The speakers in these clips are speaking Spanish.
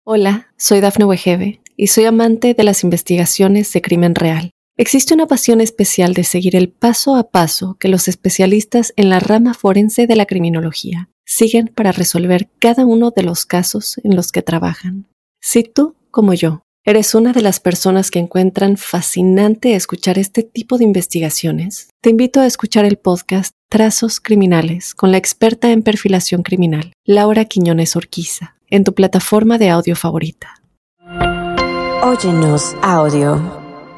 Hola, soy Dafne Wegebe y soy amante de las investigaciones de crimen real. Existe una pasión especial de seguir el paso a paso que los especialistas en la rama forense de la criminología siguen para resolver cada uno de los casos en los que trabajan. Si tú, como yo, eres una de las personas que encuentran fascinante escuchar este tipo de investigaciones, te invito a escuchar el podcast Trazos Criminales con la experta en perfilación criminal, Laura Quiñones Orquiza, en tu plataforma de audio favorita. Óyenos audio.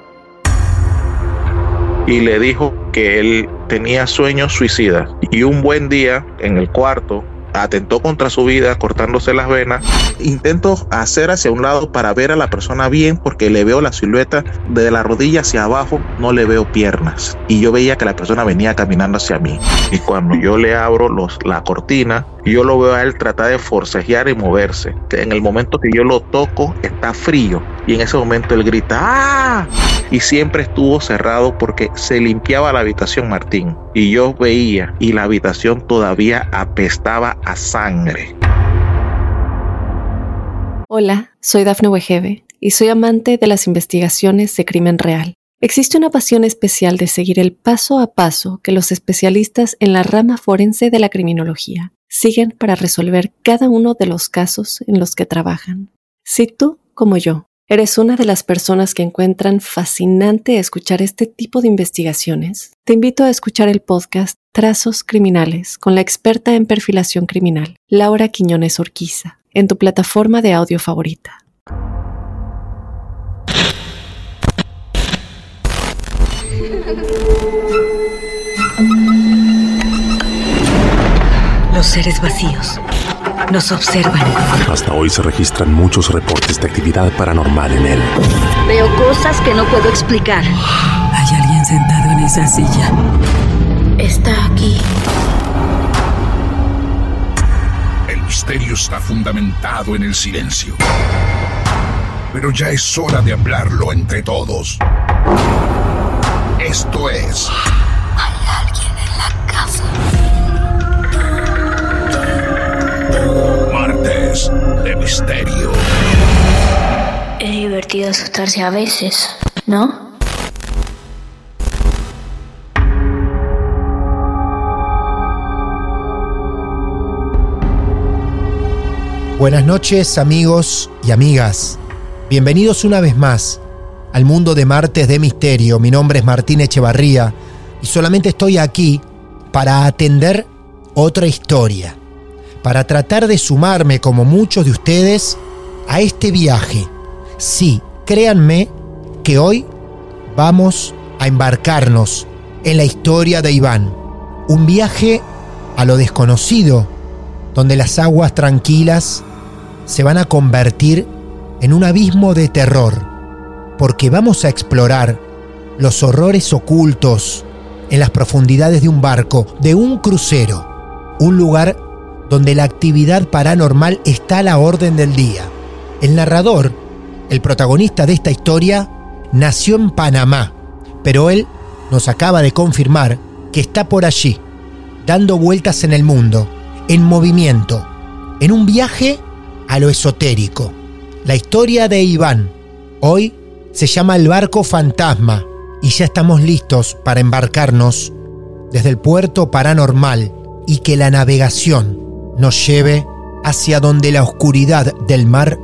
Y le dijo que él tenía sueños suicidas y un buen día en el cuarto atentó contra su vida cortándose las venas. Intento hacer hacia un lado para ver a la persona bien porque le veo la silueta de la rodilla hacia abajo, no le veo piernas y yo veía que la persona venía caminando hacia mí, y cuando yo le abro la cortina, yo lo veo a él tratar de forcejear y moverse. En el momento que yo lo toco está frío y en ese momento él grita ¡ah! Y siempre estuvo cerrado porque se limpiaba la habitación, Martín, y yo veía y la habitación todavía apestaba a sangre. Hola, soy Dafne Wegebe y soy amante de las investigaciones de crimen real. Existe una pasión especial de seguir el paso a paso que los especialistas en la rama forense de la criminología siguen para resolver cada uno de los casos en los que trabajan. Si tú, como yo, eres una de las personas que encuentran fascinante escuchar este tipo de investigaciones, te invito a escuchar el podcast Trazos Criminales con la experta en perfilación criminal, Laura Quiñones Orquiza, en tu plataforma de audio favorita. Los seres vacíos nos observan. Hasta hoy se registran muchos reportes de actividad paranormal en él. Veo cosas que no puedo explicar. Hay alguien sentado en esa silla. Está aquí. El misterio está fundamentado en el silencio. Pero ya es hora de hablarlo entre todos. Esto es... Hay alguien en la casa. Martes de Misterio. Es divertido asustarse a veces, ¿no? Buenas noches, amigos y amigas. Bienvenidos una vez más al mundo de Martes de Misterio. Mi nombre es Martín Echevarría y solamente estoy aquí para atender otra historia, para tratar de sumarme, como muchos de ustedes, a este viaje. Sí, créanme que hoy vamos a embarcarnos en la historia de Iván. Un viaje a lo desconocido, donde las aguas tranquilas se van a convertir en un abismo de terror, porque vamos a explorar los horrores ocultos en las profundidades de un barco, de un crucero, un lugar donde la actividad paranormal está a la orden del día. El narrador, el protagonista de esta historia, nació en Panamá, pero él nos acaba de confirmar que está por allí, dando vueltas en el mundo, en movimiento, en un viaje a lo esotérico. La historia de Iván hoy se llama El Barco Fantasma y ya estamos listos para embarcarnos desde el puerto paranormal y que la navegación nos lleve hacia donde la oscuridad del mar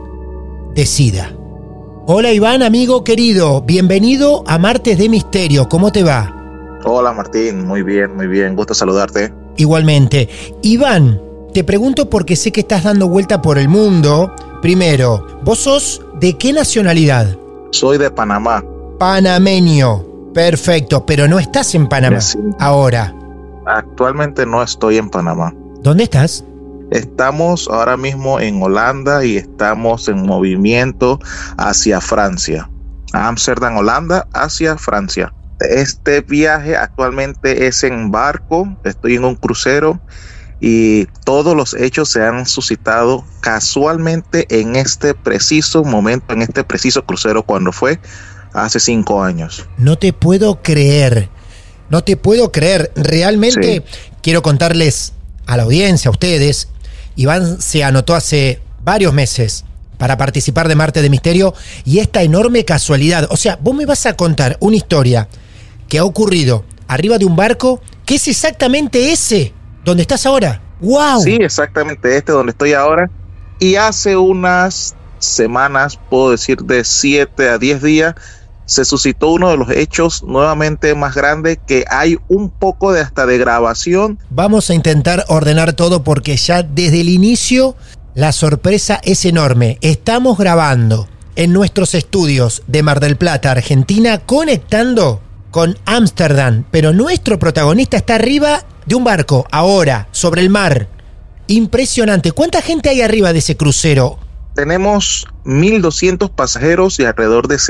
decida. Hola Iván, amigo querido, bienvenido a Martes de Misterio, ¿cómo te va? Hola Martín, muy bien, gusto saludarte. Igualmente. Iván, te pregunto porque sé que estás dando vuelta por el mundo. Primero, ¿vos sos de qué nacionalidad? Soy de Panamá. Panameño, perfecto, pero no estás en Panamá Sí. ahora. Actualmente no estoy en Panamá. ¿Dónde estás? Estamos ahora mismo en Holanda y estamos en movimiento hacia Francia. Ámsterdam, Holanda, hacia Francia. Este viaje actualmente es en barco, estoy en un crucero y todos los hechos se han suscitado casualmente en este preciso momento, en este preciso crucero, cuando fue hace 5 años. No te puedo creer. Realmente quiero contarles a la audiencia, a ustedes, Iván se anotó hace varios meses para participar de Martes de Misterio y esta enorme casualidad. O sea, vos me vas a contar una historia que ha ocurrido arriba de un barco que es exactamente ese donde estás ahora. ¡Wow! Sí, exactamente donde estoy ahora. Y hace unas semanas, puedo decir de 7 a 10 días, se suscitó uno de los hechos nuevamente más grandes, que hay un poco de hasta de grabación. Vamos a intentar ordenar todo porque ya desde el inicio la sorpresa es enorme. Estamos grabando en nuestros estudios de Mar del Plata, Argentina, conectando con Ámsterdam, pero nuestro protagonista está arriba de un barco, ahora, sobre el mar. Impresionante. ¿Cuánta gente hay arriba de ese crucero? Tenemos 1.200 pasajeros y alrededor de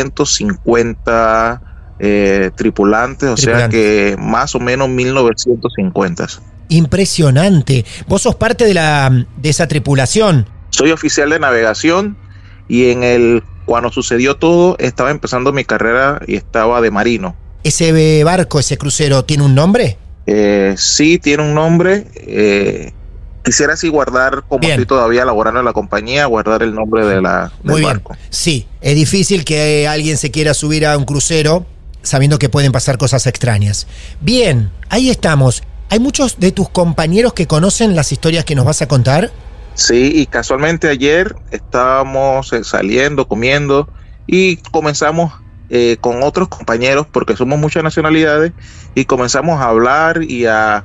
750 tripulantes, o sea que más o menos 1.950. Impresionante. ¿Vos sos parte de esa tripulación? Soy oficial de navegación y cuando sucedió todo, estaba empezando mi carrera y estaba de marino. ¿Ese barco, ese crucero, tiene un nombre? Sí, tiene un nombre. Quisiera así guardar, como estoy todavía laborando en la compañía, guardar el nombre del barco. Sí, es difícil que alguien se quiera subir a un crucero sabiendo que pueden pasar cosas extrañas. Bien, ahí estamos. ¿Hay muchos de tus compañeros que conocen las historias que nos vas a contar? Sí, y casualmente ayer estábamos saliendo, comiendo, y comenzamos con otros compañeros, porque somos muchas nacionalidades, y comenzamos a hablar y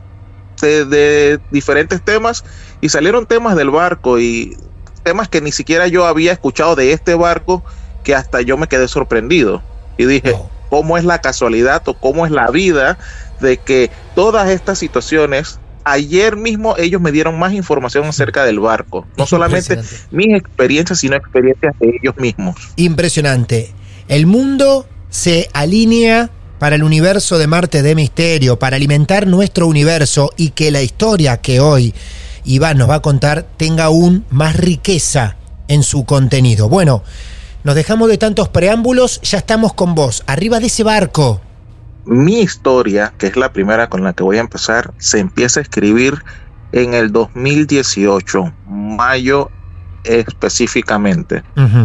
de diferentes temas, y salieron temas del barco y temas que ni siquiera yo había escuchado de este barco, que hasta yo me quedé sorprendido y dije, ¿cómo es la casualidad o cómo es la vida de que todas estas situaciones? Ayer mismo ellos me dieron más información acerca del barco, no solamente mis experiencias, sino experiencias de ellos mismos. Impresionante. El mundo se alinea para el universo de Martes de Misterio, para alimentar nuestro universo y que la historia que hoy Iván nos va a contar tenga aún más riqueza en su contenido. Bueno, nos dejamos de tantos preámbulos, ya estamos con vos, arriba de ese barco. Mi historia, que es la primera con la que voy a empezar, se empieza a escribir en el 2018, mayo específicamente.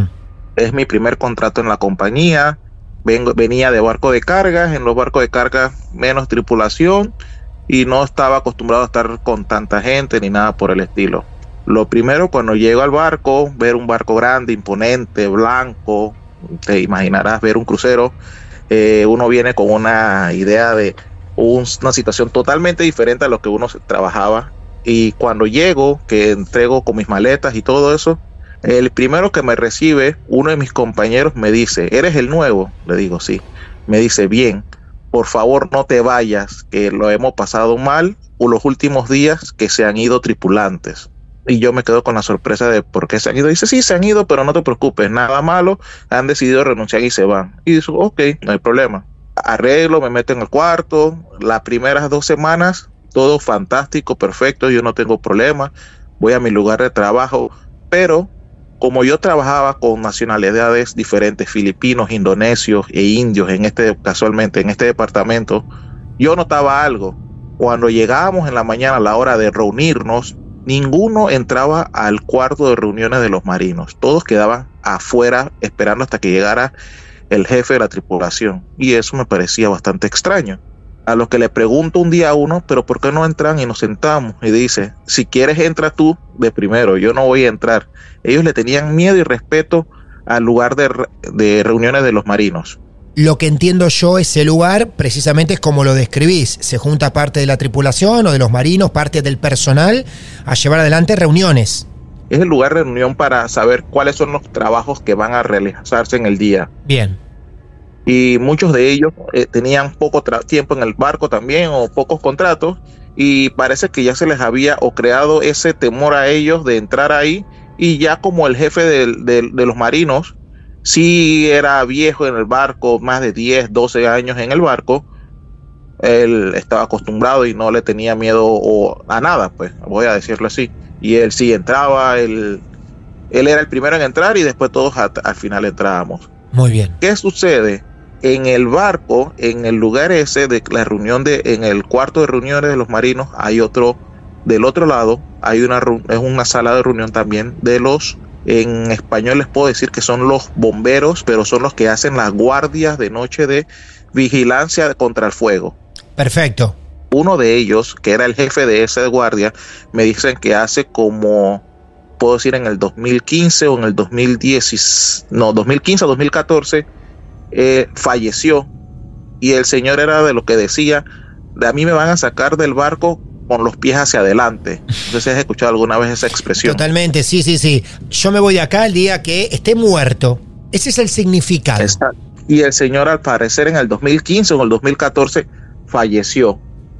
Es mi primer contrato en la compañía. Venía de barco de carga, en los barcos de carga menos tripulación y no estaba acostumbrado a estar con tanta gente ni nada por el estilo. Lo primero, cuando llego al barco, ver un barco grande, imponente, blanco, te imaginarás ver un crucero, uno viene con una idea de una situación totalmente diferente a lo que uno trabajaba, y cuando llego, que entrego con mis maletas y todo eso, el primero que me recibe, uno de mis compañeros, me dice, ¿eres el nuevo? Le digo, sí. Me dice, bien, por favor no te vayas, que lo hemos pasado mal, o los últimos días que se han ido tripulantes. Y yo me quedo con la sorpresa de por qué se han ido. Dice, sí, se han ido, pero no te preocupes, nada malo, han decidido renunciar y se van. Y dice, ok, no hay problema. Arreglo, me meto en el cuarto, las primeras 2 semanas, todo fantástico, perfecto, yo no tengo problema, voy a mi lugar de trabajo, pero como yo trabajaba con nacionalidades diferentes, filipinos, indonesios e indios, casualmente en este departamento, yo notaba algo. Cuando llegábamos en la mañana a la hora de reunirnos, ninguno entraba al cuarto de reuniones de los marinos. Todos quedaban afuera esperando hasta que llegara el jefe de la tripulación. Y eso me parecía bastante extraño. A los que le pregunto un día a uno, pero ¿por qué no entran y nos sentamos? Y dice, si quieres entra tú de primero, yo no voy a entrar. Ellos le tenían miedo y respeto al lugar de reuniones de los marinos. Lo que entiendo yo, ese lugar precisamente es como lo describís. Se junta parte de la tripulación o de los marinos, parte del personal, a llevar adelante reuniones. Es el lugar de reunión para saber cuáles son los trabajos que van a realizarse en el día. Bien. Y muchos de ellos tenían poco tiempo en el barco también, o pocos contratos, y parece que ya se les había creado ese temor a ellos de entrar ahí, y ya como el jefe de los marinos sí era viejo en el barco, más de 10, 12 años en el barco, él estaba acostumbrado y no le tenía miedo a nada, pues voy a decirlo así, y él sí entraba, él era el primero en entrar y después todos al final entrábamos. Muy bien. ¿Qué sucede? En el barco, en el lugar ese de la reunión en el cuarto de reuniones de los marinos, hay otro, del otro lado, hay una sala de reunión también de los En español les puedo decir que son los bomberos, pero son los que hacen las guardias de noche de vigilancia contra el fuego. Perfecto. Uno de ellos, que era el jefe de esa guardia, me dicen que hace como, puedo decir en el 2015 o en el 2015 o 2014, falleció. Y el señor era de lo que decía, de a mí me van a sacar del barco con los pies hacia adelante. No sé si has escuchado alguna vez esa expresión. Totalmente, sí. Yo me voy de acá el día que esté muerto. Ese es el significado. Exacto. Y el señor, al parecer, en el 2015 o en el 2014 falleció.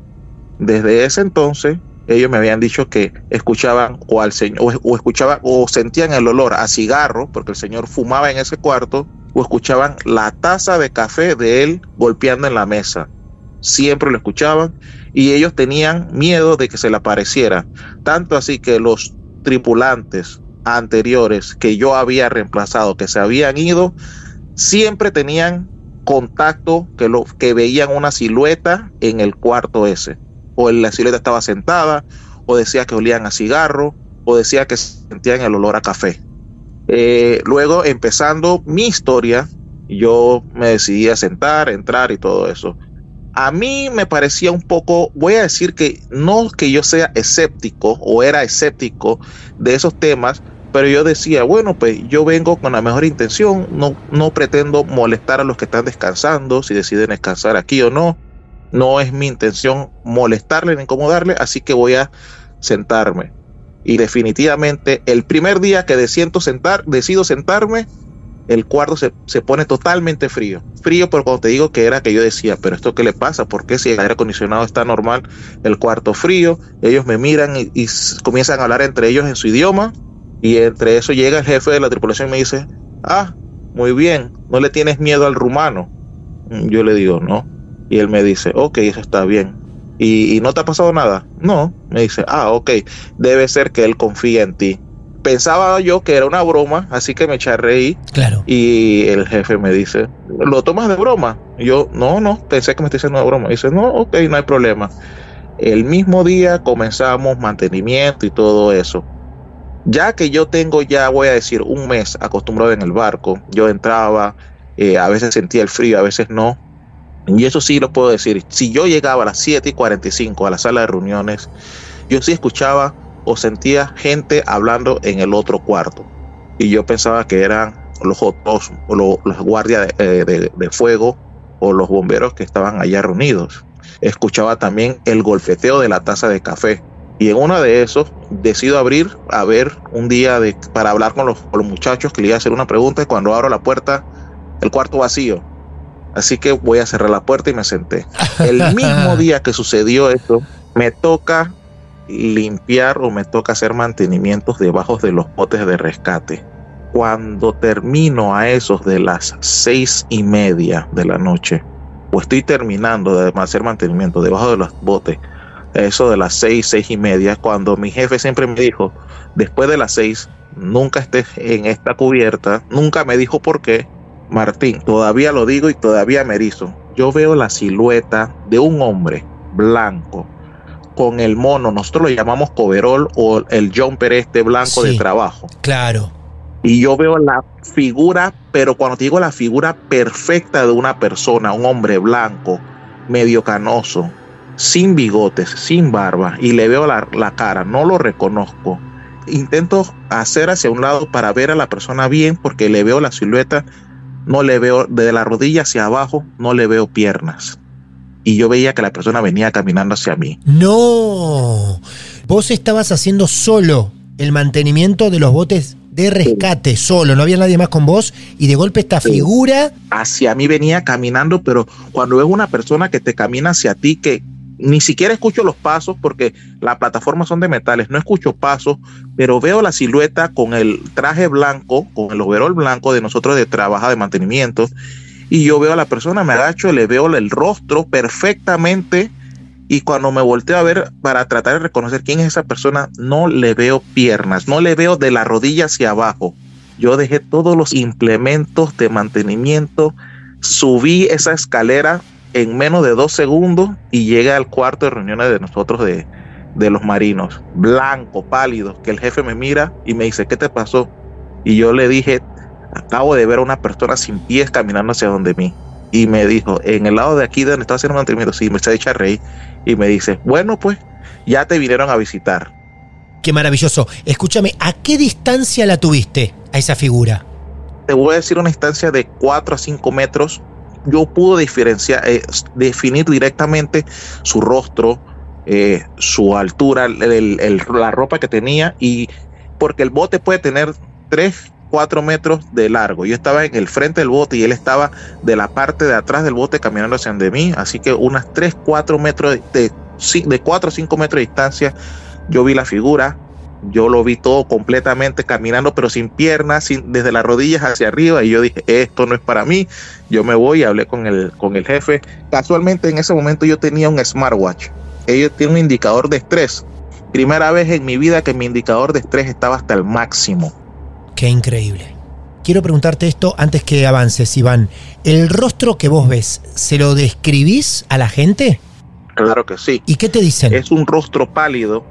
Desde ese entonces, ellos me habían dicho que escuchaban o al señor, o escuchaban o sentían el olor a cigarro, porque el señor fumaba en ese cuarto, o escuchaban la taza de café de él golpeando en la mesa. Siempre lo escuchaban y ellos tenían miedo de que se le apareciera. Tanto así que los tripulantes anteriores que yo había reemplazado, que se habían ido, siempre tenían contacto, que veían una silueta en el cuarto ese. O la silueta estaba sentada, o decía que olían a cigarro, o decía que sentían el olor a café. Luego, empezando mi historia, yo me decidí a sentar, entrar y todo eso. A mí me parecía un poco, voy a decir que no que yo sea escéptico o era escéptico de esos temas, pero yo decía, bueno, pues yo vengo con la mejor intención, no pretendo molestar a los que están descansando, si deciden descansar aquí o no. No es mi intención molestarle ni incomodarle, así que voy a sentarme. Y definitivamente el primer día que decido sentarme, el cuarto se pone totalmente frío. Frío, pero cuando te digo que era que yo decía, pero ¿esto qué le pasa? ¿Por qué si el aire acondicionado está normal, el cuarto frío? Ellos me miran y comienzan a hablar entre ellos en su idioma. Y entre eso llega el jefe de la tripulación y me dice, muy bien, ¿no le tienes miedo al rumano? Yo le digo, no. Y él me dice, ok, eso está bien. ¿Y no te ha pasado nada? No. Me dice, ok, debe ser que él confía en ti. Pensaba yo que era una broma, así que me eché a reír. Claro. Y el jefe me dice, ¿lo tomas de broma? Y yo, no, pensé que me estoy haciendo de broma. Y dice, no, ok, no hay problema. El mismo día comenzamos mantenimiento y todo eso. Ya que yo tengo voy a decir, un mes acostumbrado en el barco, yo entraba, a veces sentía el frío, a veces no. Y eso sí lo puedo decir, si yo llegaba a las 7:45 a la sala de reuniones, yo sí escuchaba o sentía gente hablando en el otro cuarto. Y yo pensaba que eran los otros, o los guardias de fuego o los bomberos que estaban allá reunidos. Escuchaba también el golpeteo de la taza de café. Y en uno de esos decido abrir a ver un día para hablar con los muchachos, que le iba a hacer una pregunta, y cuando abro la puerta, el cuarto vacío. Así que voy a cerrar la puerta y me senté. El mismo día que sucedió esto, me toca limpiar o me toca hacer mantenimientos debajo de los botes de rescate. Cuando termino a esos de las 6:30 de la noche, o estoy terminando de hacer mantenimiento debajo de los botes, eso de las 6:30, cuando mi jefe siempre me dijo, después de las 6, nunca estés en esta cubierta, nunca me dijo por qué. Martín, todavía lo digo y todavía me erizo. Yo veo la silueta de un hombre blanco con el mono, nosotros lo llamamos coverol o el jumper blanco de trabajo. Claro. Y yo veo la figura, pero cuando te digo la figura perfecta de una persona, un hombre blanco, medio canoso, sin bigotes, sin barba, y le veo la cara, no lo reconozco. Intento hacer hacia un lado para ver a la persona bien, porque le veo la silueta. No le veo, de la rodilla hacia abajo, no le veo piernas. Y yo veía que la persona venía caminando hacia mí. ¡No! Vos estabas haciendo solo el mantenimiento de los botes de rescate, solo, no había nadie más con vos, y de golpe esta figura... Hacia mí venía caminando, pero cuando ves una persona que te camina hacia ti, que ni siquiera escucho los pasos, porque las plataformas son de metales, no escucho pasos, pero veo la silueta con el traje blanco, con el overol blanco de nosotros de trabajo de mantenimiento, y yo veo a la persona, me agacho, le veo el rostro perfectamente, y cuando me volteo a ver para tratar de reconocer quién es esa persona, no le veo piernas, no le veo de la rodilla hacia abajo. Yo dejé todos los implementos de mantenimiento, subí esa escalera en menos de 2 segundos y llegué al cuarto de reuniones de nosotros de los marinos, blanco, pálido, que el jefe me mira y me dice, ¿qué te pasó? Y yo le dije, acabo de ver a una persona sin pies caminando hacia donde mí. Y me dijo, en el lado de aquí donde estaba haciendo mantenimiento, sí, me se echa a reír. Y me dice, bueno, pues, ya te vinieron a visitar. Qué maravilloso. Escúchame, ¿a qué distancia la tuviste a esa figura? Te voy a decir una distancia de 4 a 5 metros. Yo pude definir directamente su rostro, su altura, la ropa que tenía, y porque el bote puede tener 3-4 metros de largo. Yo estaba en el frente del bote y él estaba de la parte de atrás del bote caminando hacia de mí, así que unas 3-4 metros de 4 o 5 metros de distancia. Yo vi la figura, yo lo vi todo completamente caminando, pero sin piernas, desde las rodillas hacia arriba, y yo dije, esto no es para mí. Yo me voy y hablé con el jefe. Casualmente en ese momento yo tenía un smartwatch. Ellos tienen un indicador de estrés. Primera vez en mi vida que mi indicador de estrés estaba hasta el máximo. Qué increíble. Quiero preguntarte esto antes que avances, Iván. ¿El rostro que vos ves, se lo describís a la gente? Claro que sí. ¿Y qué te dicen? Es un rostro pálido.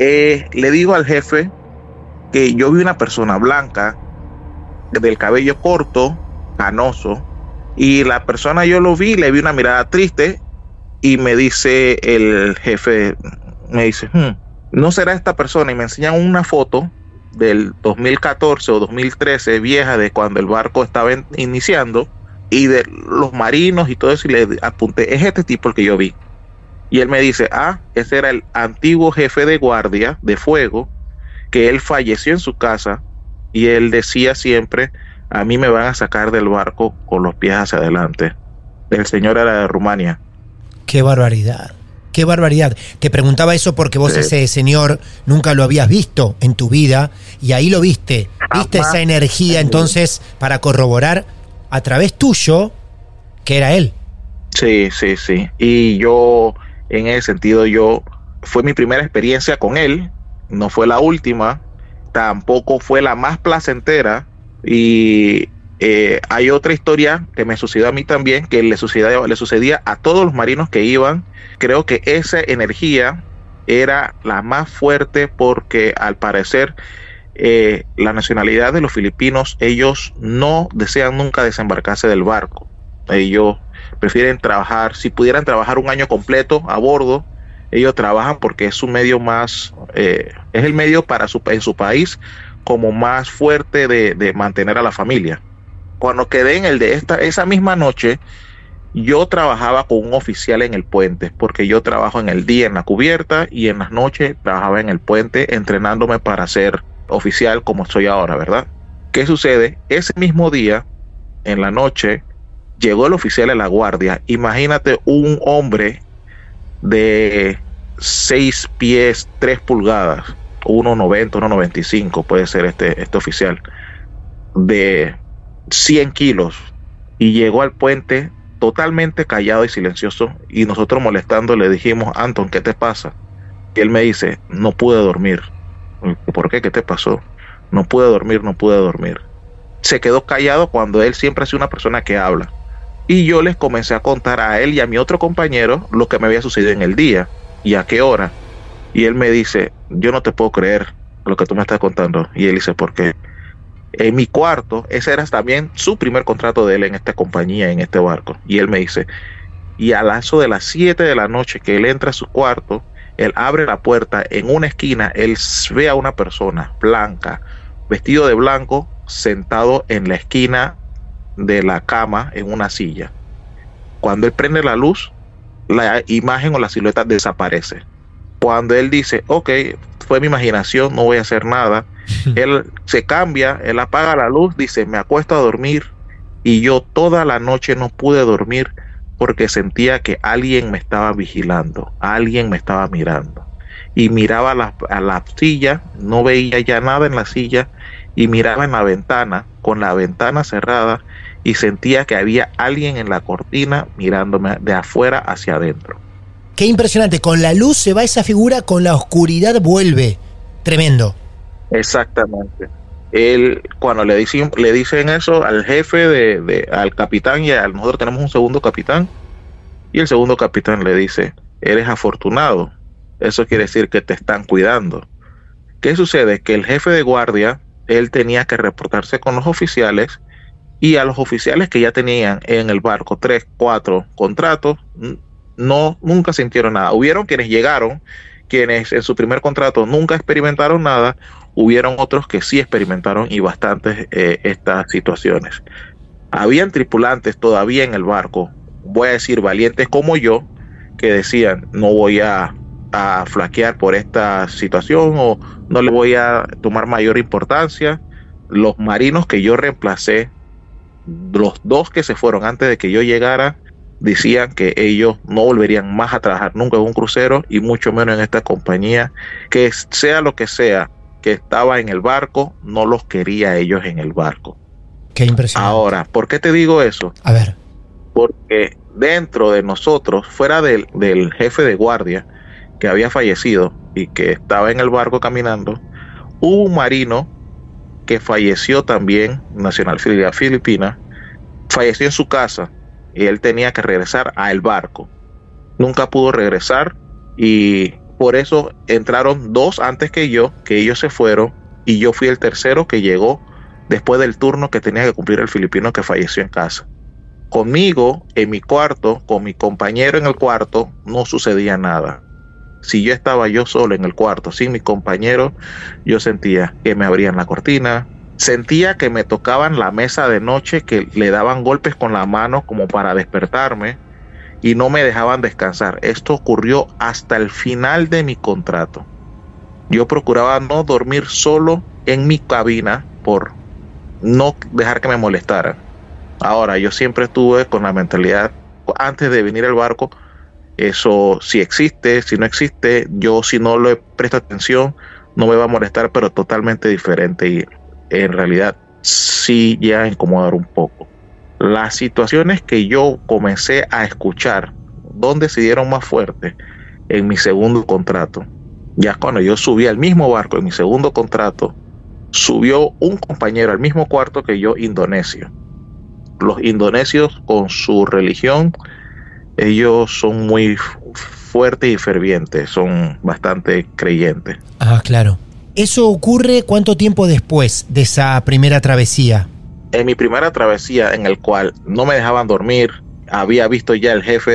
Le digo al jefe que yo vi una persona blanca, del cabello corto, canoso, y la persona yo lo vi, le vi una mirada triste, y me dice el jefe, me dice, ¿no será esta persona? Y me enseñan una foto del 2014 o 2013, vieja, de cuando el barco estaba iniciando, y de los marinos y todo eso, y le apunté, es este tipo el que yo vi. Y él me dice, ese era el antiguo jefe de guardia de fuego, que él falleció en su casa, y él decía siempre, a mí me van a sacar del barco con los pies hacia adelante. El señor era de Rumania. ¡Qué barbaridad! ¡Qué barbaridad! Te preguntaba eso porque vos ese señor nunca lo habías visto en tu vida, y ahí lo viste. ¿Viste esa energía entonces para corroborar a través tuyo que era él? Sí. Y yo, en ese sentido, fue mi primera experiencia con él, no fue la última, tampoco fue la más placentera, y hay otra historia que me sucedió a mí también, que le sucedía a todos los marinos que iban. Creo que esa energía era la más fuerte porque al parecer la nacionalidad de los filipinos, ellos no desean nunca desembarcarse del barco. Ellos prefieren trabajar, si pudieran trabajar un año completo a bordo, ellos trabajan porque es su medio más, es el medio en su país como más fuerte de mantener a la familia. Cuando quedé en esa misma noche, yo trabajaba con un oficial en el puente, porque yo trabajo en el día en la cubierta y en las noches trabajaba en el puente entrenándome para ser oficial como soy ahora, ¿verdad? ¿Qué sucede? Ese mismo día, en la noche, llegó el oficial de la guardia. Imagínate un hombre de 6 pies, 3 pulgadas, 1,90, 1,95 puede ser este oficial, de 100 kilos, y llegó al puente totalmente callado y silencioso, y nosotros molestando le dijimos, Anton, ¿qué te pasa? Y él me dice, no pude dormir. ¿Por qué? ¿Qué te pasó? No pude dormir. Se quedó callado cuando él siempre ha sido una persona que habla. Y yo les comencé a contar a él y a mi otro compañero lo que me había sucedido en el día y a qué hora. Y él me dice, yo no te puedo creer lo que tú me estás contando. Y él dice, ¿por qué? En mi cuarto, ese era también su primer contrato de él en esta compañía, en este barco. Y él me dice, y a eso de las 7 de la noche que él entra a su cuarto, él abre la puerta, en una esquina, él ve a una persona blanca, vestido de blanco, sentado en la esquina de la cama en una silla. Cuando él prende la luz, la imagen o la silueta desaparece. Cuando él dice, ok, fue mi imaginación, no voy a hacer nada, él se cambia, él apaga la luz, dice, me acuesto a dormir, y yo toda la noche no pude dormir porque sentía que alguien me estaba vigilando, alguien me estaba mirando, y miraba a la silla, no veía ya nada en la silla, y miraba en la ventana, con la ventana cerrada, y sentía que había alguien en la cortina mirándome de afuera hacia adentro. Qué impresionante, con la luz se va esa figura, con la oscuridad vuelve. Tremendo. Exactamente. Él, cuando le dicen eso al jefe, al capitán, y nosotros tenemos un segundo capitán, y el segundo capitán le dice, eres afortunado, eso quiere decir que te están cuidando. ¿Qué sucede? Que el jefe de guardia él tenía que reportarse con los oficiales, y a los oficiales que ya tenían en el barco 3, 4 contratos, nunca sintieron nada. Hubieron quienes llegaron, quienes en su primer contrato nunca experimentaron nada, hubieron otros que sí experimentaron, y bastantes estas situaciones. Habían tripulantes todavía en el barco, voy a decir valientes como yo, que decían: no voy a flaquear por esta situación, o no le voy a tomar mayor importancia. Los marinos que yo reemplacé, los 2 que se fueron antes de que yo llegara, decían que ellos no volverían más a trabajar nunca en un crucero, y mucho menos en esta compañía, que sea lo que sea que estaba en el barco, no los quería ellos en el barco. Qué impresionante. Ahora, ¿por qué te digo eso? A ver. Porque dentro de nosotros, fuera del jefe de guardia que había fallecido y que estaba en el barco caminando, hubo un marino que falleció también, nacionalidad filipina, falleció en su casa, y él tenía que regresar al barco. Nunca pudo regresar, y por eso entraron 2 antes que yo, que ellos se fueron, y yo fui el tercero que llegó después del turno que tenía que cumplir el filipino que falleció en casa. Conmigo, en mi cuarto, con mi compañero en el cuarto, no sucedía nada. Si yo estaba yo solo en el cuarto, sin mi compañero, yo sentía que me abrían la cortina, sentía que me tocaban la mesa de noche, que le daban golpes con la mano como para despertarme, y no me dejaban descansar. Esto ocurrió hasta el final de mi contrato. Yo procuraba no dormir solo en mi cabina por no dejar que me molestaran. Ahora, yo siempre estuve con la mentalidad, antes de venir al barco, eso si existe, si no existe, yo si no le presto atención, no me va a molestar, pero totalmente diferente, y en realidad sí llega a incomodar un poco. Las situaciones que yo comencé a escuchar, donde se dieron más fuerte, en mi segundo contrato. Ya cuando yo subí al mismo barco, en mi segundo contrato, subió un compañero al mismo cuarto que yo, indonesio. Los indonesios, con su religión, ellos son muy fuertes y fervientes, son bastante creyentes. Ah, claro. ¿Eso ocurre cuánto tiempo después de esa primera travesía? En mi primera travesía, en el cual no me dejaban dormir, había visto ya el jefe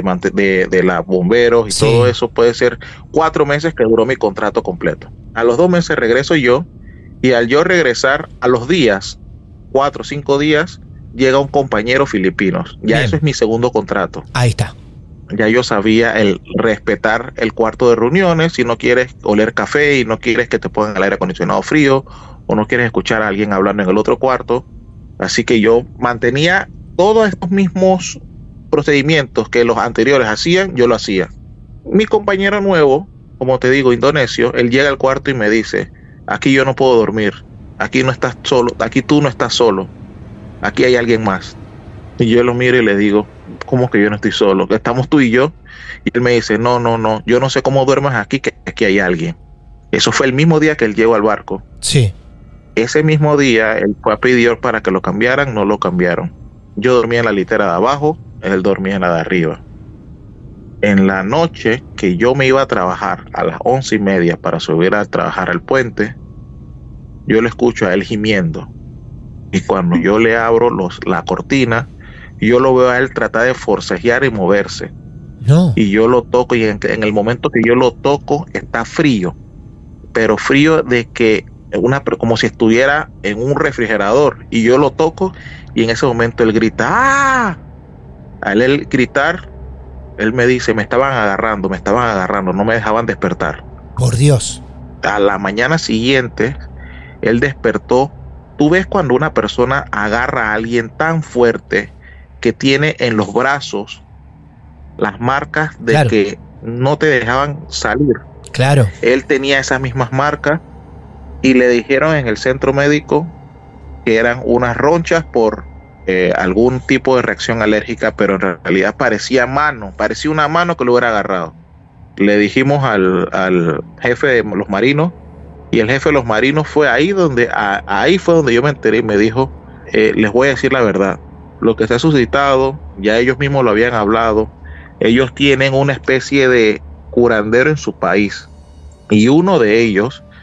de los bomberos y sí, todo eso, puede ser 4 meses que duró mi contrato completo. A los 2 meses regreso yo, y al yo regresar, a los días, 4 o 5 días, llega un compañero filipino. Ya bien. Eso es mi segundo contrato. Ahí está. Ya yo sabía el respetar el cuarto de reuniones. Si no quieres oler café y no quieres que te pongan el aire acondicionado frío, o no quieres escuchar a alguien hablando en el otro cuarto. Así que yo mantenía todos estos mismos procedimientos que los anteriores hacían, yo lo hacía. Mi compañero nuevo, como te digo, indonesio, él llega al cuarto y me dice: aquí yo no puedo dormir, aquí no estás solo, aquí tú no estás solo, aquí hay alguien más. Y yo lo miro y le digo: ¿cómo que yo no estoy solo? ¿Estamos tú y yo? Y él me dice: no, yo no sé cómo duermas aquí, que aquí hay alguien. Eso fue el mismo día que él llegó al barco. Sí. Ese mismo día él fue a pedir para que lo cambiaran, no lo cambiaron. Yo dormía en la litera de abajo, él dormía en la de arriba. En la noche que yo me iba a trabajar a las 11:30 para subir a trabajar al puente, yo lo escucho a él gimiendo. Y cuando yo le abro la cortina, yo lo veo a él tratar de forcejear y moverse. No. Y yo lo toco, y en el momento que yo lo toco está frío, pero frío de que como si estuviera en un refrigerador. Y yo lo toco, y en ese momento él grita: ¡ah! Al él gritar, él me dice: me estaban agarrando, no me dejaban despertar. Por Dios. A la mañana siguiente, él despertó. Tú ves cuando una persona agarra a alguien tan fuerte que tiene en los brazos las marcas de claro, que no te dejaban salir. Claro. Él tenía esas mismas marcas, y le dijeron en el centro médico que eran unas ronchas por algún tipo de reacción alérgica, pero en realidad parecía una mano que lo hubiera agarrado. Le dijimos al jefe de los marinos, y el jefe de los marinos fue ahí fue donde yo me enteré, y me dijo: les voy a decir la verdad, lo que se ha suscitado, ya ellos mismos lo habían hablado, ellos tienen una especie de curandero en su país, y uno de ellos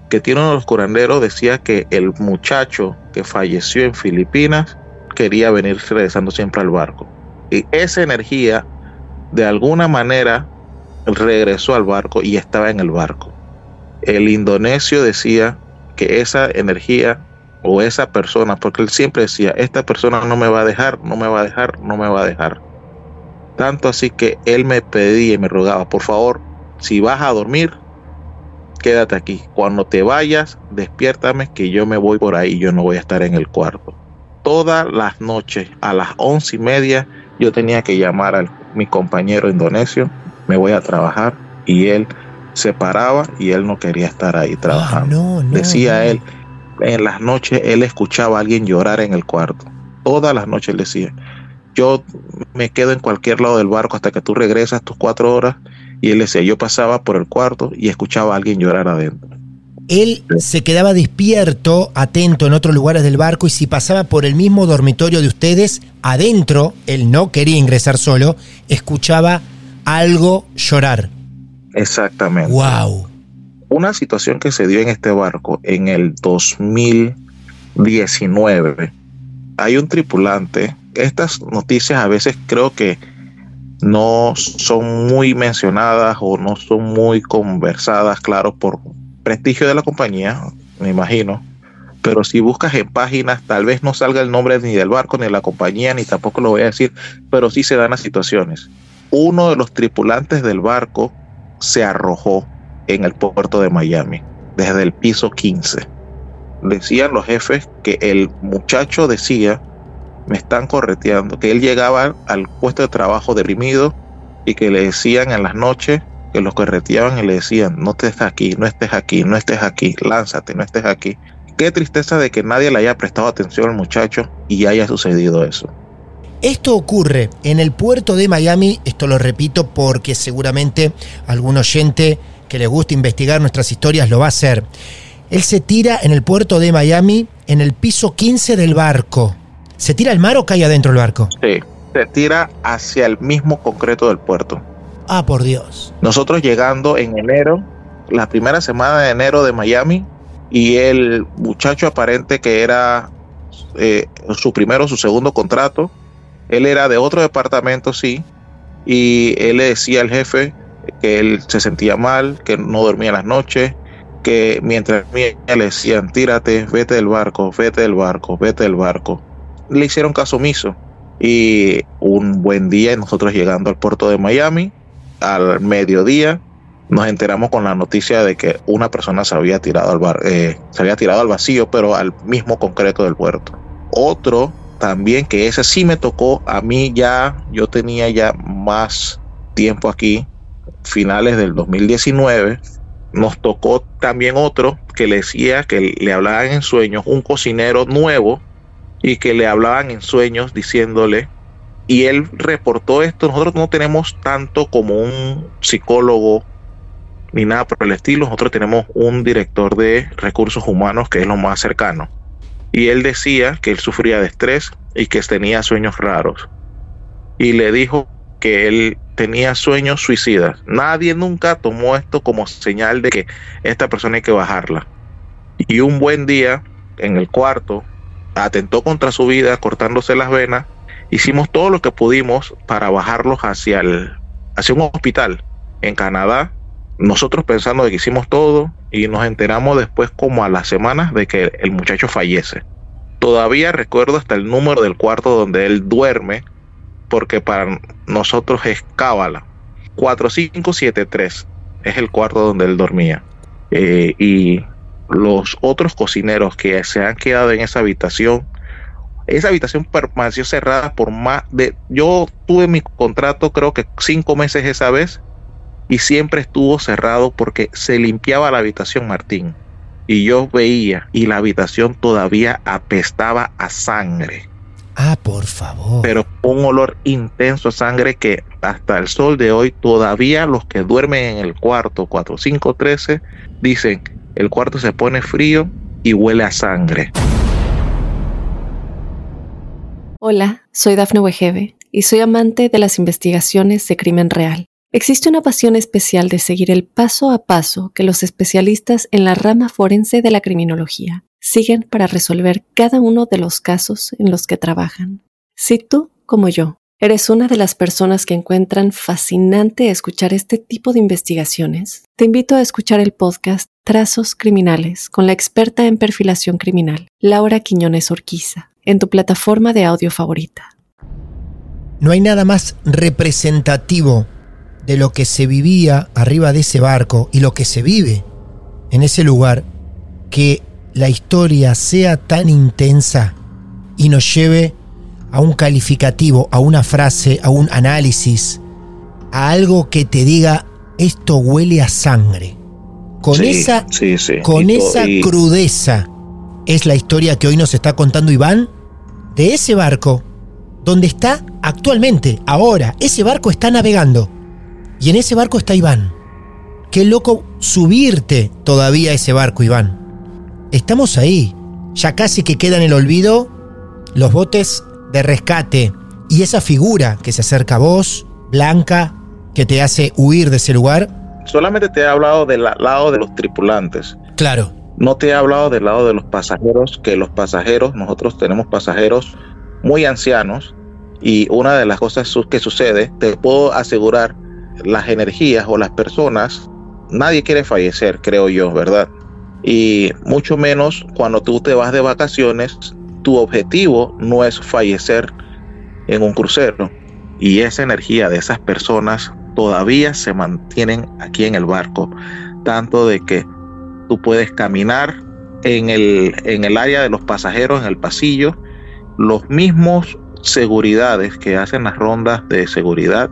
que tiene uno de los curanderos decía que el muchacho que falleció en Filipinas quería venir regresando siempre al barco. Y esa energía, de alguna manera, regresó al barco y estaba en el barco. El indonesio decía que esa energía o esa persona, porque él siempre decía, esta persona no me va a dejar, no me va a dejar, no me va a dejar. Tanto así que él me pedía y me rogaba, por favor, si vas a dormir, quédate aquí. Cuando te vayas, despiértame que yo me voy por ahí, yo no voy a estar en el cuarto. Todas las noches, a las 11:30, yo tenía que llamar a mi compañero indonesio, me voy a trabajar, y él se paraba y él no quería estar ahí trabajando. Decía él, en las noches él escuchaba a alguien llorar en el cuarto. Todas las noches él decía, yo me quedo en cualquier lado del barco hasta que tú regresas tus 4 horas. Y él decía, yo pasaba por el cuarto y escuchaba a alguien llorar adentro. Él se quedaba despierto, atento en otros lugares del barco, y si pasaba por el mismo dormitorio de ustedes, adentro, él no quería ingresar solo, escuchaba algo llorar. Exactamente. ¡Wow! Una situación que se dio en este barco en el 2019. Hay un tripulante. Estas noticias a veces creo que no son muy mencionadas o no son muy conversadas, claro, por prestigio de la compañía, me imagino. Pero si buscas en páginas, tal vez no salga el nombre ni del barco, ni de la compañía, ni tampoco lo voy a decir, pero sí se dan las situaciones. Uno de los tripulantes del barco se arrojó en el puerto de Miami, desde el piso 15. Decían los jefes que el muchacho decía, me están correteando, que él llegaba al puesto de trabajo deprimido y que le decían en las noches, que los correteaban y le decían, no estés aquí, no estés aquí, no estés aquí, lánzate, no estés aquí. Qué tristeza de que nadie le haya prestado atención al muchacho y haya sucedido eso. Esto ocurre en el puerto de Miami, esto lo repito porque seguramente algún oyente que le gusta investigar nuestras historias lo va a hacer. Él se tira en el puerto de Miami, en el piso 15 del barco. ¿Se tira al mar o cae adentro del barco? Sí, se tira hacia el mismo concreto del puerto. Ah, por Dios. Nosotros llegando en enero, la primera semana de enero de Miami, y el muchacho aparente que era su segundo contrato, él era de otro departamento, sí, y él le decía al jefe que él se sentía mal, que no dormía en las noches, que mientras le decían, tírate, vete del barco, vete del barco, vete del barco. Le hicieron caso omiso, y un buen día nosotros llegando al puerto de Miami, al mediodía, nos enteramos con la noticia de que una persona se había tirado al vacío, pero al mismo concreto del puerto. Otro también, que ese sí me tocó a mí, yo tenía ya más tiempo aquí, finales del 2019, nos tocó también otro que le decía que le hablaban en sueños, un cocinero nuevo, y que le hablaban en sueños diciéndole, y él reportó esto. Nosotros no tenemos tanto como un psicólogo ni nada por el estilo, nosotros tenemos un director de recursos humanos que es lo más cercano, y él decía que él sufría de estrés y que tenía sueños raros, y le dijo que él tenía sueños suicidas. Nadie nunca tomó esto como señal de que esta persona hay que bajarla, y un buen día en el cuarto atentó contra su vida cortándose las venas. Hicimos todo lo que pudimos para bajarlos hacia un hospital en Canadá, nosotros pensando de que hicimos todo, y nos enteramos después, como a las semanas, de que el muchacho fallece. Todavía recuerdo hasta el número del cuarto donde él duerme, porque para nosotros es cábala. 4573 es el cuarto donde él dormía. Y los otros cocineros que se han quedado en esa habitación permaneció cerrada por yo tuve mi contrato creo que 5 meses esa vez, y siempre estuvo cerrado porque se limpiaba la habitación, Martín, y yo veía, y la habitación todavía apestaba a sangre. Ah, por favor. Pero un olor intenso a sangre que hasta el sol de hoy todavía los que duermen en el cuarto 4513 dicen, el cuarto se pone frío y huele a sangre. Hola, soy Dafne Wegebe y soy amante de las investigaciones de crimen real. Existe una pasión especial de seguir el paso a paso que los especialistas en la rama forense de la criminología siguen para resolver cada uno de los casos en los que trabajan. Si tú, como yo, eres una de las personas que encuentran fascinante escuchar este tipo de investigaciones, te invito a escuchar el podcast Trazos Criminales con la experta en perfilación criminal, Laura Quiñones Orquiza, en tu plataforma de audio favorita. No hay nada más representativo de lo que se vivía arriba de ese barco y lo que se vive en ese lugar, que la historia sea tan intensa y nos lleve a un calificativo, a una frase, a un análisis, a algo que te diga, esto huele a sangre. Con esa crudeza es la historia que hoy nos está contando Iván de ese barco donde está actualmente, ahora. Ese barco está navegando y en ese barco está Iván. Qué loco subirte todavía a ese barco, Iván. Estamos ahí, ya casi que queda en el olvido los botes de rescate y esa figura que se acerca a vos, blanca, que te hace huir de ese lugar. Solamente te he hablado del lado de los tripulantes. Claro. No te he hablado del lado de los pasajeros, que los pasajeros, nosotros tenemos pasajeros muy ancianos, y una de las cosas que sucede, te puedo asegurar, las energías o las personas, nadie quiere fallecer, creo yo, ¿verdad? Y mucho menos cuando tú te vas de vacaciones, tu objetivo no es fallecer en un crucero, y esa energía de esas personas todavía se mantienen aquí en el barco, tanto de que tú puedes caminar en el área de los pasajeros, en el pasillo, los mismos seguridades que hacen las rondas de seguridad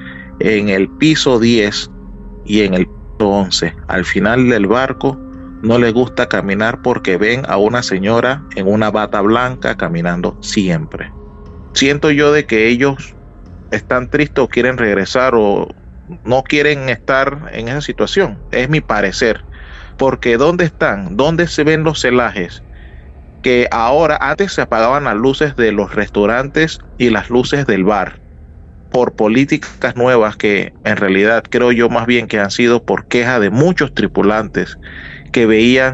en el piso 10 y en el piso 11. Al final del barco no les gusta caminar porque ven a una señora en una bata blanca caminando siempre. Siento yo de que ellos están tristes o quieren regresar o no quieren estar en esa situación. Es mi parecer. Porque ¿dónde están? ¿Dónde se ven los celajes? Que ahora, antes se apagaban las luces de los restaurantes y las luces del bar por políticas nuevas que en realidad creo yo más bien que han sido por queja de muchos tripulantes que veían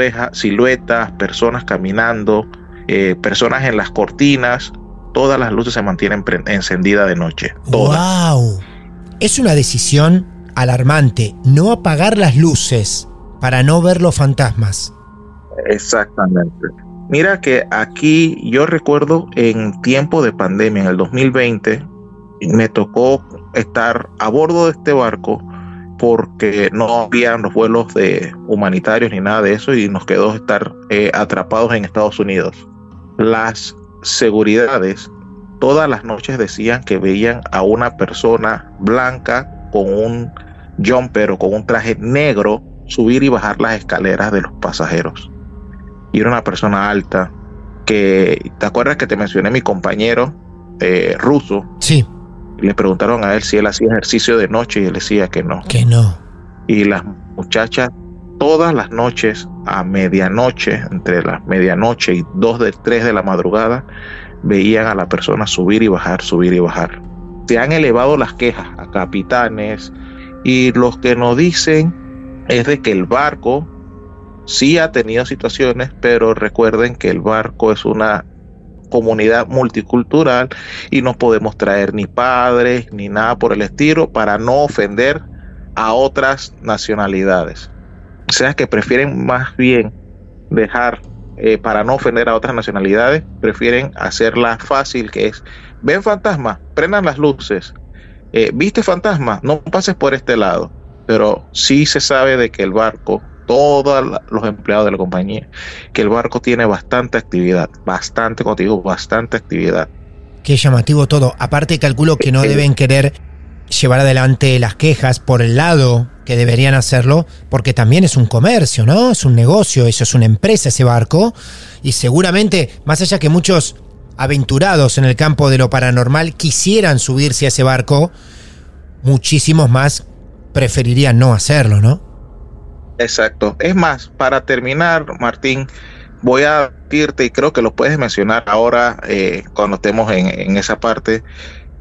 siluetas, personas caminando, personas en las cortinas. Todas las luces se mantienen encendidas de noche. Todas. ¡Wow! Es una decisión alarmante, no apagar las luces para no ver los fantasmas. Exactamente. Mira que aquí yo recuerdo en tiempo de pandemia, en el 2020, me tocó estar a bordo de este barco porque no habían los vuelos humanitarios ni nada de eso y nos quedó estar atrapados en Estados Unidos. Las seguridades todas las noches decían que veían a una persona blanca con un jumper o con un traje negro subir y bajar las escaleras de los pasajeros. Y era una persona alta que, ¿te acuerdas que te mencioné mi compañero ruso? Sí. Le preguntaron a él si él hacía ejercicio de noche y él decía que no. Que no. Y las muchachas todas las noches a medianoche, entre las medianoche y 3 de la madrugada, veían a la persona subir y bajar, subir y bajar. Se han elevado las quejas a capitanes y los que nos dicen es de que el barco sí ha tenido situaciones, pero recuerden que el barco es una comunidad multicultural y no podemos traer ni padres ni nada por el estilo para no ofender a otras nacionalidades. O sea que prefieren más bien dejar, para no ofender a otras nacionalidades, prefieren hacerla fácil, que es, ven fantasma, prendan las luces, viste fantasma, no pases por este lado. Pero sí se sabe de que el barco, todos los empleados de la compañía, que el barco tiene bastante actividad, bastante actividad. Qué llamativo todo. Aparte calculo que no deben querer llevar adelante las quejas por el lado que deberían hacerlo, porque también es un comercio, ¿no? Es un negocio, eso es una empresa, ese barco, y seguramente, más allá que muchos aventurados en el campo de lo paranormal quisieran subirse a ese barco, muchísimos más preferirían no hacerlo, ¿no? Exacto. Es más, para terminar, Martín, voy a decirte, y creo que lo puedes mencionar ahora cuando estemos en esa parte,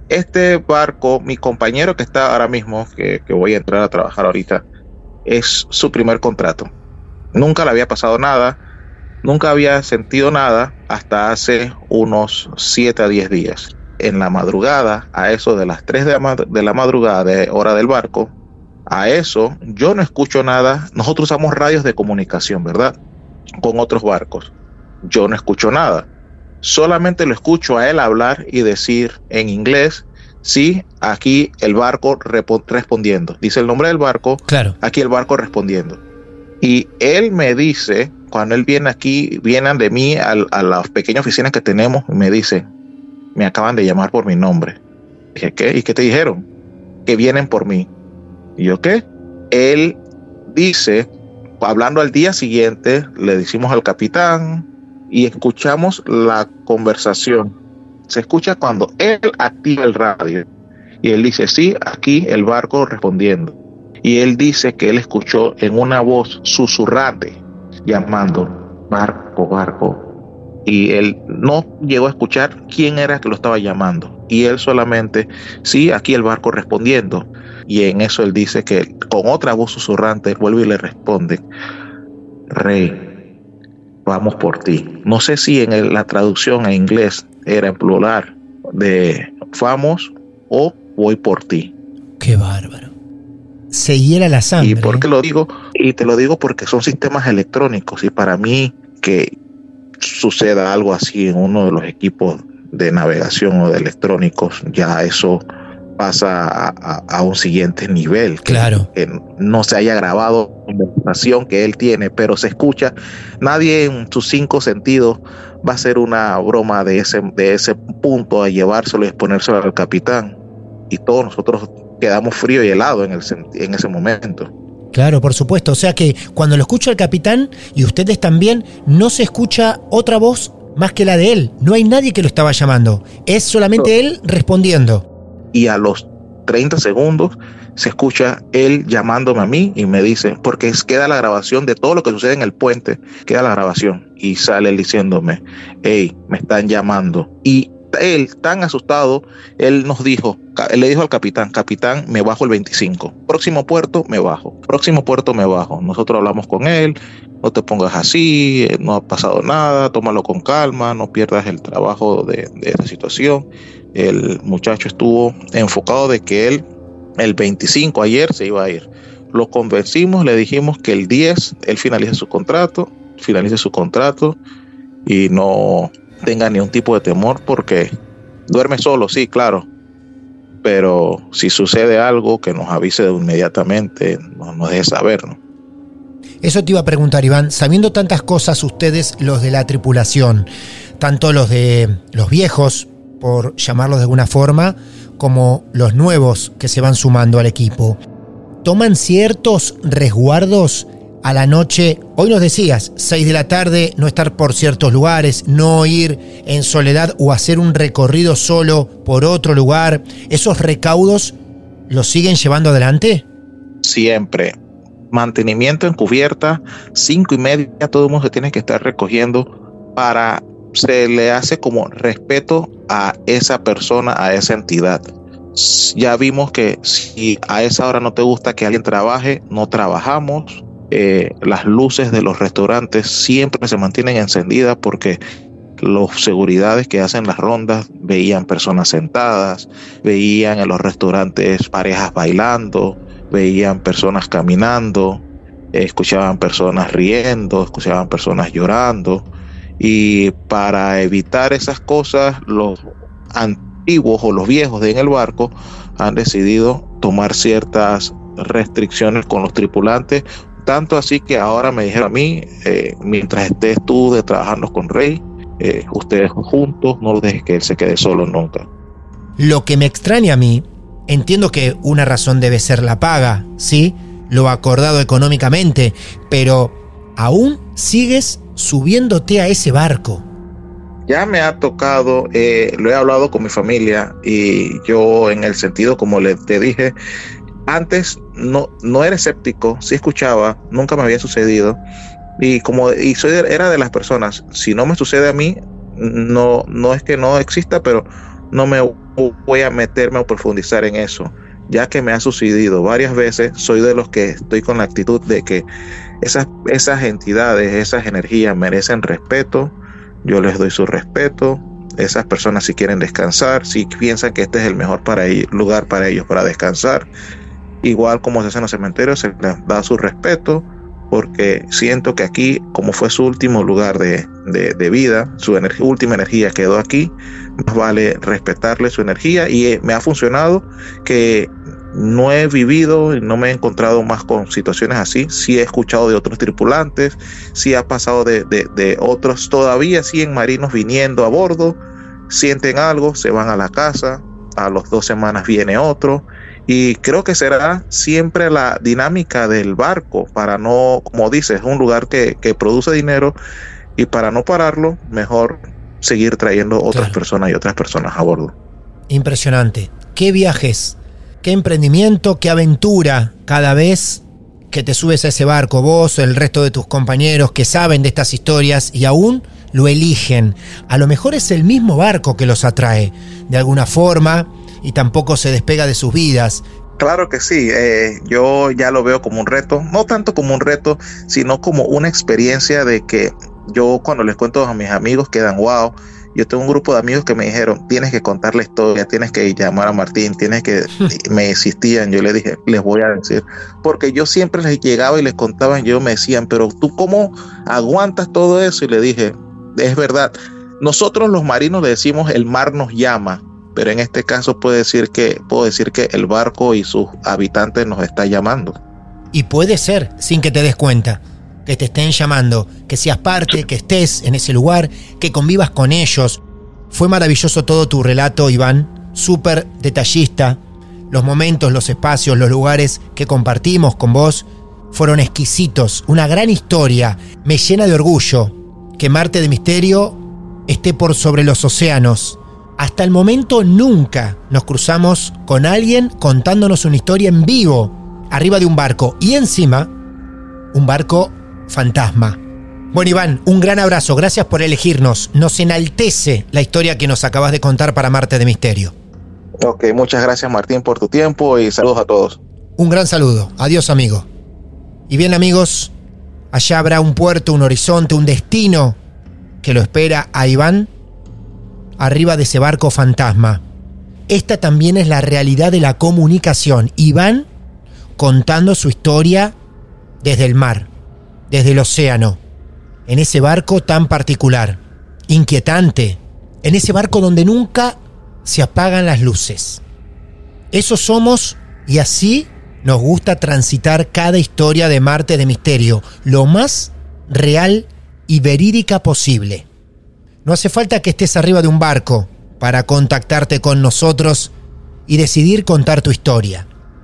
Este barco, mi compañero que está ahora mismo, que voy a entrar a trabajar ahorita, es su primer contrato. Nunca le había pasado nada, nunca había sentido nada hasta hace unos 7 a 10 días. En la madrugada, a eso de las 3 de la madrugada, de hora del barco, a eso yo no escucho nada. Nosotros usamos radios de comunicación, ¿verdad? Con otros barcos. Yo no escucho nada. Solamente lo escucho a él hablar y decir en inglés, sí, aquí el barco respondiendo. Dice el nombre del barco, claro. Aquí el barco respondiendo. Y él me dice, cuando él viene aquí, vienen de mí a las pequeñas oficinas que tenemos, y me dice, me acaban de llamar por mi nombre. Dije, ¿qué? ¿Y qué te dijeron? Que vienen por mí. ¿Y yo qué? Él dice, hablando al día siguiente, le decimos al capitán y escuchamos la conversación. Se escucha cuando él activa el radio. Y él dice, sí, aquí el barco respondiendo. Y él dice que él escuchó en una voz susurrante, llamando, barco, barco. Y él no llegó a escuchar quién era que lo estaba llamando. Y él solamente, sí, aquí el barco respondiendo. Y en eso él dice que con otra voz susurrante vuelve y le responde, Rey, vamos por ti. No sé si en la traducción en inglés era en plural de vamos o voy por ti. Qué bárbaro. Se hiela la sangre. ¿Y por qué lo digo? Y te lo digo porque son sistemas electrónicos, y para mí que suceda algo así en uno de los equipos de navegación o de electrónicos, ya eso pasa a un siguiente nivel. Claro. Que no se haya grabado la conversación que él tiene, pero se escucha. Nadie en sus 5 sentidos va a hacer una broma de ese punto a llevárselo y exponérselo al capitán. Y todos nosotros quedamos frío y helado en ese momento. Claro, por supuesto. O sea que cuando lo escucha el capitán y ustedes también, no se escucha otra voz más que la de él. No hay nadie que lo estaba llamando. Es solamente él respondiendo. Y a los 30 segundos se escucha él llamándome a mí y me dice, porque queda la grabación de todo lo que sucede en el puente, queda la grabación y sale él diciéndome, hey, me están llamando. Y él, tan asustado, él le dijo al capitán, me bajo el 25, próximo puerto me bajo. Nosotros hablamos con él, no te pongas así, no ha pasado nada, tómalo con calma, no pierdas el trabajo de esta situación. El muchacho estuvo enfocado de que él, el 25, ayer, se iba a ir. Lo convencimos, le dijimos que el 10 él finalice su contrato y no tenga ningún tipo de temor, porque duerme solo, sí, claro, pero si sucede algo, que nos avise inmediatamente, nos deje saber, ¿no? Eso te iba a preguntar, Iván, sabiendo tantas cosas ustedes, los de la tripulación, tanto los de los viejos, por llamarlos de alguna forma, como los nuevos que se van sumando al equipo, ¿toman ciertos resguardos a la noche? Hoy nos decías, 6 de la tarde, no estar por ciertos lugares, no ir en soledad o hacer un recorrido solo por otro lugar. ¿Esos recaudos los siguen llevando adelante? Siempre. Mantenimiento en cubierta, 5:30, todo el mundo se tiene que estar recogiendo se le hace como respeto a esa persona, a esa entidad. Ya vimos que si a esa hora no te gusta que alguien trabaje, no trabajamos. Las luces de los restaurantes siempre se mantienen encendidas porque los seguridades que hacen las rondas veían personas sentadas, veían en los restaurantes parejas bailando, veían personas caminando, escuchaban personas riendo, escuchaban personas llorando. Y para evitar esas cosas, los antiguos o los viejos en el barco han decidido tomar ciertas restricciones con los tripulantes, tanto así que ahora me dijeron a mí, mientras estés tú trabajando con Rey, ustedes juntos, no lo dejes que él se quede solo nunca. Lo que me extraña a mí, entiendo que una razón debe ser la paga, ¿sí? Lo acordado económicamente, pero aún sigues subiéndote a ese barco. Ya me ha tocado, lo he hablado con mi familia y yo en el sentido, como te dije, antes no era escéptico, sí escuchaba, nunca me había sucedido y era de las personas, si no me sucede a mí, no es que no exista, pero no me voy a meterme o profundizar en eso, ya que me ha sucedido varias veces. Soy de los que estoy con la actitud de que esas entidades, esas energías merecen respeto. Yo les doy su respeto. Esas personas, si quieren descansar, si piensan que este es el mejor lugar para ellos para descansar, igual como se hace en los cementerios, se les da su respeto, porque siento que aquí, como fue su último lugar de vida, su última energía quedó aquí, más vale respetarle su energía. Y me ha funcionado, que no he vivido y no me he encontrado más con situaciones así. Sí he escuchado de otros tripulantes, sí ha pasado de otros, todavía siguen marinos viniendo a bordo, sienten algo, se van a la casa, a las 2 semanas viene otro. Y creo que será siempre la dinámica del barco, para no, como dices, es un lugar que produce dinero, y para no pararlo, mejor seguir trayendo otras personas y otras personas a bordo. Impresionante. ¿Qué viajes? ¿Qué emprendimiento? ¿Qué aventura cada vez que te subes a ese barco? Vos, el resto de tus compañeros que saben de estas historias y aún lo eligen. A lo mejor es el mismo barco que los atrae de alguna forma y tampoco se despega de sus vidas. Claro que sí, yo ya lo veo como un reto, no tanto como un reto, sino como una experiencia de que yo, cuando les cuento a mis amigos, quedan wow. Yo tengo un grupo de amigos que me dijeron, tienes que contar la historia, tienes que llamar a Martín, tienes que... Me insistían, yo les dije, les voy a decir, porque yo siempre les llegaba y les contaba, y ellos me decían, pero ¿tú cómo aguantas todo eso? Y le dije, es verdad, nosotros los marinos le decimos el mar nos llama, pero en este caso puedo decir que el barco y sus habitantes nos está llamando. Y puede ser, sin que te des cuenta, que te estén llamando, que seas parte, que estés en ese lugar, que convivas con ellos. Fue maravilloso todo tu relato, Iván, súper detallista. Los momentos, los espacios, los lugares que compartimos con vos fueron exquisitos, una gran historia. Me llena de orgullo que Marte de Misterio esté por sobre los océanos. Hasta el momento nunca nos cruzamos con alguien contándonos una historia en vivo, arriba de un barco, y encima, un barco fantasma. Bueno, Iván, un gran abrazo, gracias por elegirnos. Nos enaltece la historia que nos acabas de contar para Marte de Misterio. Ok, muchas gracias, Martín, por tu tiempo, y saludos a todos. Un gran saludo, adiós, amigo. Y bien, amigos, allá habrá un puerto, un horizonte, un destino que lo espera a Iván arriba de ese barco fantasma. Esta también es la realidad de la comunicación. Iván contando su historia desde el mar, desde el océano, en ese barco tan particular, inquietante, en ese barco donde nunca se apagan las luces. Eso somos, y así nos gusta transitar cada historia de Marte de Misterio, lo más real y verídica posible. No hace falta que estés arriba de un barco para contactarte con nosotros y decidir contar tu historia.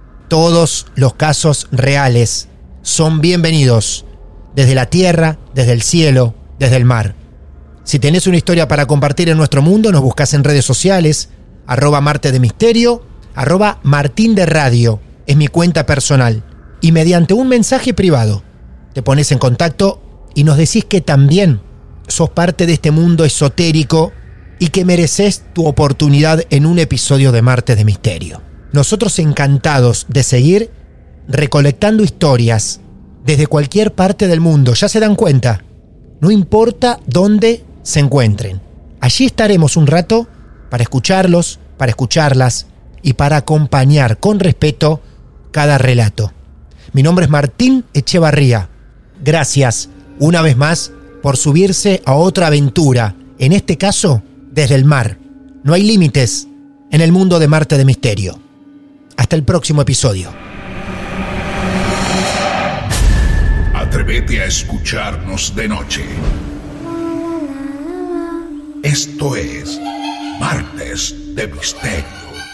Todos los casos reales son bienvenidos, desde la tierra, desde el cielo, desde el mar. Si tenés una historia para compartir en nuestro mundo, nos buscás en redes sociales, @Marte de Misterio, @Martín de Radio, es mi cuenta personal. Y mediante un mensaje privado, te pones en contacto y nos decís que también sos parte de este mundo esotérico y que mereces tu oportunidad en un episodio de Marte de Misterio. Nosotros encantados de seguir recolectando historias desde cualquier parte del mundo, ya se dan cuenta, no importa dónde se encuentren. Allí estaremos un rato para escucharlos, para escucharlas y para acompañar con respeto cada relato. Mi nombre es Martín Echevarría. Gracias una vez más por subirse a otra aventura, en este caso desde el mar. No hay límites en el mundo de Marte de Misterio. Hasta el próximo episodio. Atrévete a escucharnos de noche. Esto es Martes de Misterio.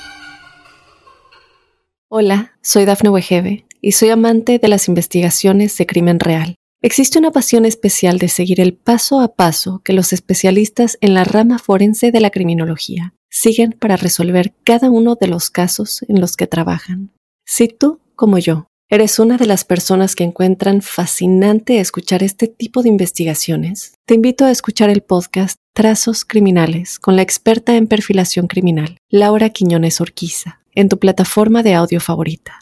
Hola, soy Dafne Wegebe y soy amante de las investigaciones de crimen real. Existe una pasión especial de seguir el paso a paso que los especialistas en la rama forense de la criminología siguen para resolver cada uno de los casos en los que trabajan. Si tú, como yo, ¿Eres una de las personas que encuentran fascinante escuchar este tipo de investigaciones? Te invito a escuchar el podcast Trazos Criminales con la experta en perfilación criminal, Laura Quiñones Orquiza, en tu plataforma de audio favorita.